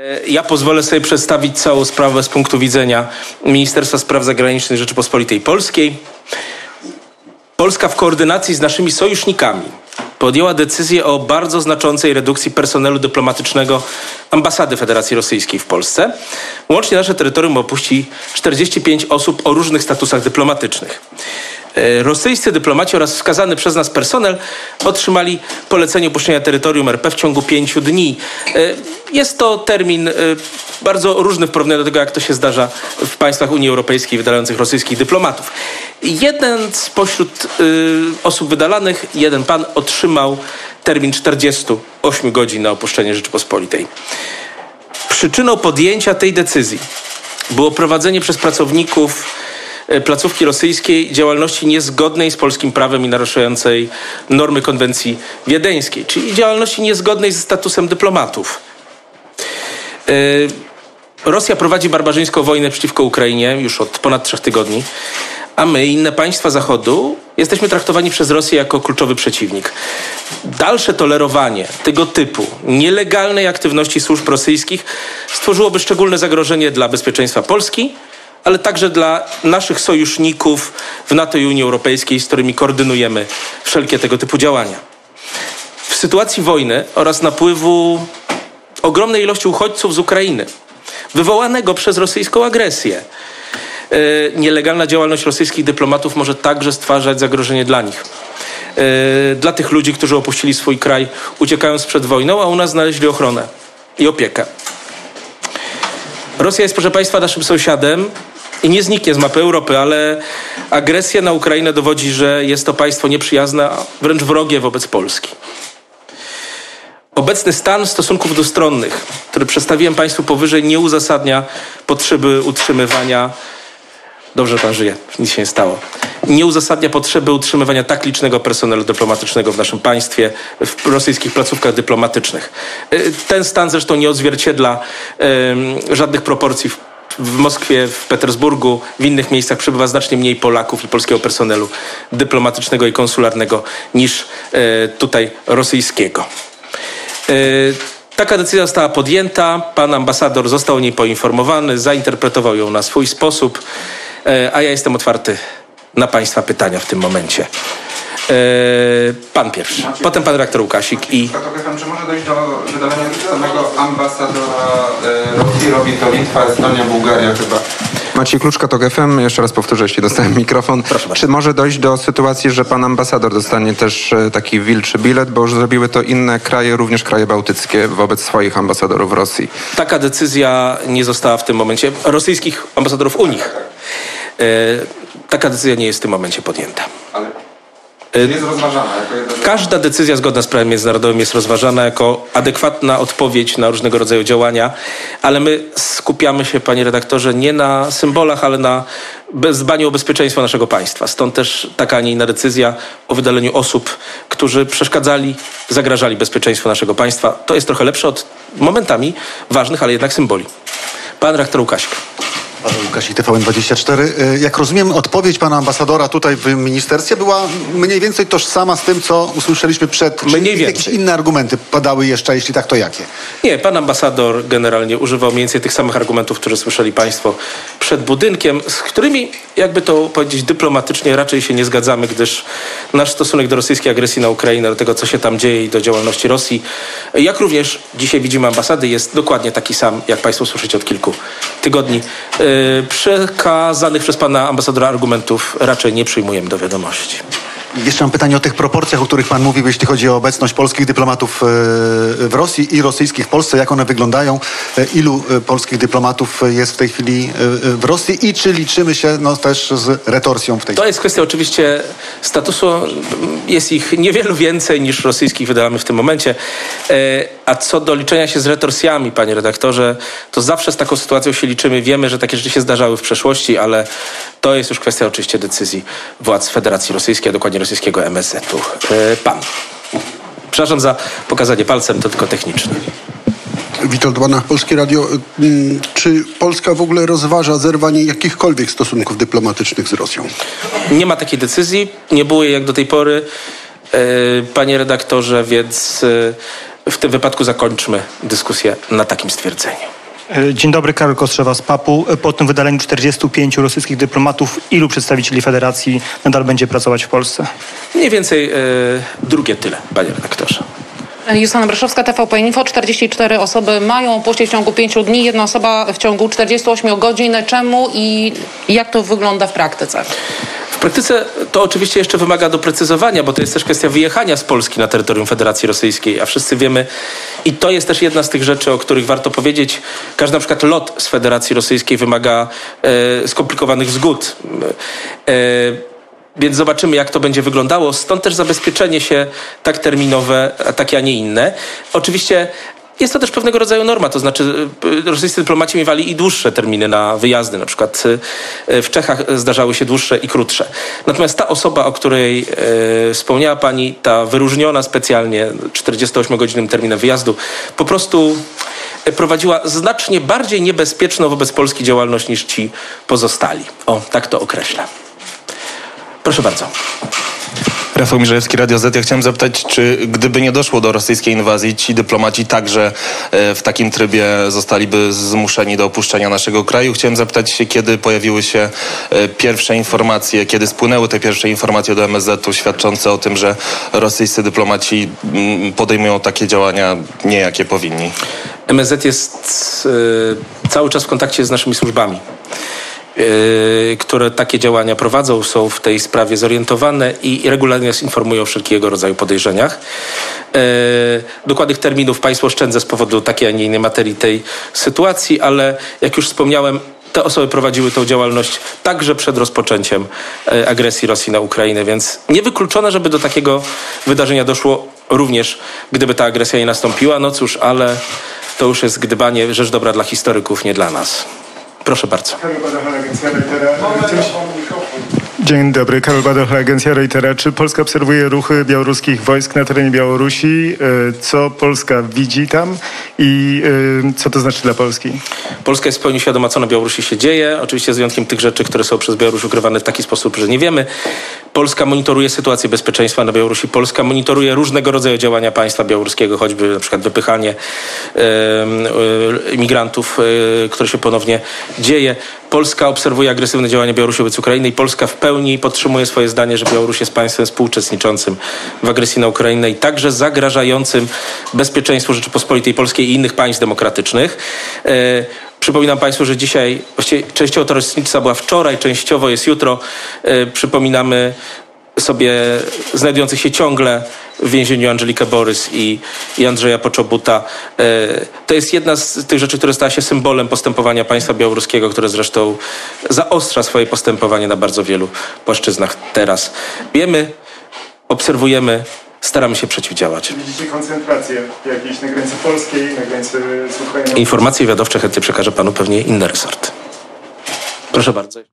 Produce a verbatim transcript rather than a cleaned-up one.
Ja pozwolę sobie przedstawić całą sprawę z punktu widzenia Ministerstwa Spraw Zagranicznych Rzeczypospolitej Polskiej. Polska w koordynacji z naszymi sojusznikami podjęła decyzję o bardzo znaczącej redukcji personelu dyplomatycznego ambasady Federacji Rosyjskiej w Polsce. Łącznie nasze terytorium opuści czterdzieści pięć osób o różnych statusach dyplomatycznych. Rosyjscy dyplomaci oraz wskazany przez nas personel otrzymali polecenie opuszczenia terytorium R P w ciągu pięciu dni. Jest to termin bardzo różny w porównaniu do tego, jak to się zdarza w państwach Unii Europejskiej wydalających rosyjskich dyplomatów. Jeden spośród osób wydalanych, jeden pan, otrzymał termin czterdziestu ośmiu godzin na opuszczenie Rzeczypospolitej. Przyczyną podjęcia tej decyzji było prowadzenie przez pracowników placówki rosyjskiej działalności niezgodnej z polskim prawem i naruszającej normy konwencji wiedeńskiej, czyli działalności niezgodnej ze statusem dyplomatów. Rosja prowadzi barbarzyńską wojnę przeciwko Ukrainie już od ponad trzech tygodni, a my, inne państwa Zachodu, jesteśmy traktowani przez Rosję jako kluczowy przeciwnik. Dalsze tolerowanie tego typu nielegalnej aktywności służb rosyjskich stworzyłoby szczególne zagrożenie dla bezpieczeństwa Polski, ale także dla naszych sojuszników w NATO i Unii Europejskiej, z którymi koordynujemy wszelkie tego typu działania. W sytuacji wojny oraz napływu ogromnej ilości uchodźców z Ukrainy, wywołanego przez rosyjską agresję, yy, nielegalna działalność rosyjskich dyplomatów może także stwarzać zagrożenie dla nich. Yy, dla tych ludzi, którzy opuścili swój kraj, uciekając przed wojną, a u nas znaleźli ochronę i opiekę. Rosja jest, proszę państwa, naszym sąsiadem i nie zniknie z mapy Europy, ale agresja na Ukrainę dowodzi, że jest to państwo nieprzyjazne, a wręcz wrogie wobec Polski. Obecny stan stosunków dwustronnych, który przedstawiłem państwu powyżej, nie uzasadnia potrzeby utrzymywania... Dobrze, pan żyje, nic się nie stało. Nie uzasadnia potrzeby utrzymywania tak licznego personelu dyplomatycznego w naszym państwie, w rosyjskich placówkach dyplomatycznych. Ten stan zresztą nie odzwierciedla um, żadnych proporcji w, w Moskwie, w Petersburgu, w innych miejscach przybywa znacznie mniej Polaków i polskiego personelu dyplomatycznego i konsularnego niż e, tutaj rosyjskiego. E, Taka decyzja została podjęta, pan ambasador został o niej poinformowany, zainterpretował ją na swój sposób, a ja jestem otwarty na państwa pytania w tym momencie. Pan pierwszy, Maciej, potem pan redaktor Łukasik i... Czy może dojść do wydalenia samego ambasadora Rosji? Robi to Litwa, Estonia, Bułgaria chyba. Maciej Kluczka, TOK F M. Jeszcze raz powtórzę, jeśli dostałem mikrofon. Proszę Czy może dojść do sytuacji, że pan ambasador dostanie też taki wilczy bilet, bo już zrobiły to inne kraje, również kraje bałtyckie, wobec swoich ambasadorów w Rosji? Taka decyzja nie została w tym momencie, rosyjskich ambasadorów u nich. E, taka decyzja nie jest w tym momencie podjęta. Ale jest rozważana. Jako jedna... Każda decyzja zgodna z prawem międzynarodowym jest rozważana jako adekwatna odpowiedź na różnego rodzaju działania, ale my skupiamy się, panie redaktorze, nie na symbolach, ale na dbaniu o bezpieczeństwo naszego państwa. Stąd też taka, a nie inna decyzja o wydaleniu osób, którzy przeszkadzali, zagrażali bezpieczeństwu naszego państwa. To jest trochę lepsze od momentami ważnych, ale jednak symboli. Pan redaktor Łukasik. Paweł Łukasik, T V N dwadzieścia cztery. Jak rozumiem, odpowiedź pana ambasadora tutaj w ministerstwie była mniej więcej tożsama z tym, co usłyszeliśmy przed... Mniej więcej. Jakieś inne argumenty padały jeszcze, jeśli tak, to jakie? Nie, pan ambasador generalnie używał mniej więcej tych samych argumentów, które słyszeli państwo przed budynkiem, z którymi, jakby to powiedzieć dyplomatycznie, raczej się nie zgadzamy, gdyż nasz stosunek do rosyjskiej agresji na Ukrainę, do tego, co się tam dzieje i do działalności Rosji, jak również dzisiaj widzimy ambasady, jest dokładnie taki sam, jak państwo słyszycie od kilku tygodni. Przekazanych przez pana ambasadora argumentów raczej nie przyjmujemy do wiadomości. Jeszcze mam pytanie o tych proporcjach, o których pan mówił, jeśli chodzi o obecność polskich dyplomatów w Rosji i rosyjskich w Polsce. Jak one wyglądają? Ilu polskich dyplomatów jest w tej chwili w Rosji i czy liczymy się no, też z retorsją w tej To jest kwestia oczywiście statusu. Jest ich niewielu więcej niż rosyjskich wydamy w tym momencie. A co do liczenia się z retorsjami, panie redaktorze, to zawsze z taką sytuacją się liczymy. Wiemy, że takie rzeczy się zdarzały w przeszłości, ale to jest już kwestia oczywiście decyzji władz Federacji Rosyjskiej, a dokładnie rosyjskiego M S Z-u. Pan. Przepraszam za pokazanie palcem, to tylko techniczne. Witold Banach, Polskie Radio. Czy Polska w ogóle rozważa zerwanie jakichkolwiek stosunków dyplomatycznych z Rosją? Nie ma takiej decyzji, nie było jej jak do tej pory, panie redaktorze, więc w tym wypadku zakończmy dyskusję na takim stwierdzeniu. Dzień dobry, Karol Kostrzewa z papu. Po tym wydaleniu czterdziestu pięciu rosyjskich dyplomatów, ilu przedstawicieli federacji nadal będzie pracować w Polsce? Mniej więcej e, drugie tyle, panie redaktorze. Justyna Braszowska, T V P Info. czterdzieści cztery osoby mają opuścić w ciągu pięciu dni, jedna osoba w ciągu czterdziestu ośmiu godzin. Czemu i jak to wygląda w praktyce? W praktyce to oczywiście jeszcze wymaga doprecyzowania, bo to jest też kwestia wyjechania z Polski na terytorium Federacji Rosyjskiej, a wszyscy wiemy, i to jest też jedna z tych rzeczy, o których warto powiedzieć, każdy na przykład lot z Federacji Rosyjskiej wymaga e, skomplikowanych zgód. E, Więc zobaczymy, jak to będzie wyglądało. Stąd też zabezpieczenie się tak terminowe, a takie, a nie inne. Oczywiście jest to też pewnego rodzaju norma, to znaczy rosyjscy dyplomaci miewali i dłuższe terminy na wyjazdy, na przykład w Czechach zdarzały się dłuższe i krótsze. Natomiast ta osoba, o której e, wspomniała pani, ta wyróżniona specjalnie czterdziestoośmiogodzinnym terminem wyjazdu, po prostu prowadziła znacznie bardziej niebezpieczną wobec Polski działalność niż ci pozostali. O, tak to określa. Proszę bardzo. Rafał Mirzejewski, Radio Z. Ja chciałem zapytać, czy gdyby nie doszło do rosyjskiej inwazji, ci dyplomaci także w takim trybie zostaliby zmuszeni do opuszczenia naszego kraju? Chciałem zapytać się, kiedy pojawiły się pierwsze informacje, kiedy spłynęły te pierwsze informacje do M S Z u świadczące o tym, że rosyjscy dyplomaci podejmują takie działania nie jakie powinni. M S Z jest y, cały czas w kontakcie z naszymi służbami, które takie działania prowadzą, są w tej sprawie zorientowane i regularnie nas informują o wszelkiego rodzaju podejrzeniach. Dokładnych terminów państwu oszczędzę z powodu takiej, a nie innej materii tej sytuacji, ale jak już wspomniałem, te osoby prowadziły tą działalność także przed rozpoczęciem agresji Rosji na Ukrainę, więc niewykluczone, żeby do takiego wydarzenia doszło również, gdyby ta agresja nie nastąpiła. No cóż, ale to już jest gdybanie, rzecz dobra dla historyków, nie dla nas. Proszę bardzo. Dzień dobry, Karol Badoch, Agencja Reutera. Czy Polska obserwuje ruchy białoruskich wojsk na terenie Białorusi? Co Polska widzi tam i co to znaczy dla Polski? Polska jest w pełni świadoma, co na Białorusi się dzieje. Oczywiście z wyjątkiem tych rzeczy, które są przez Białoruś ukrywane w taki sposób, że nie wiemy. Polska monitoruje sytuację bezpieczeństwa na Białorusi. Polska monitoruje różnego rodzaju działania państwa białoruskiego, choćby na przykład wypychanie e, e, imigrantów, e, które się ponownie dzieje. Polska obserwuje agresywne działania Białorusi wobec Ukrainy i Polska w pełni podtrzymuje swoje zdanie, że Białoruś jest państwem współuczestniczącym w agresji na Ukrainę i także zagrażającym bezpieczeństwu Rzeczypospolitej Polskiej i innych państw demokratycznych. E, Przypominam państwu, że dzisiaj, właściwie częściowo ta rocznica była wczoraj, częściowo jest jutro. E, przypominamy sobie znajdujących się ciągle w więzieniu Andżelikę Borys i, i Andrzeja Poczobuta. E, to jest jedna z tych rzeczy, która stała się symbolem postępowania państwa białoruskiego, które zresztą zaostrza swoje postępowanie na bardzo wielu płaszczyznach teraz. Wiemy, obserwujemy, staramy się przeciwdziałać. Czy widzicie koncentrację jakieś na granicy polskiej, na granicy z Ukrainą? Informacje wywiadowcze chętnie przekażę panu pewnie inny resort. Proszę bardzo.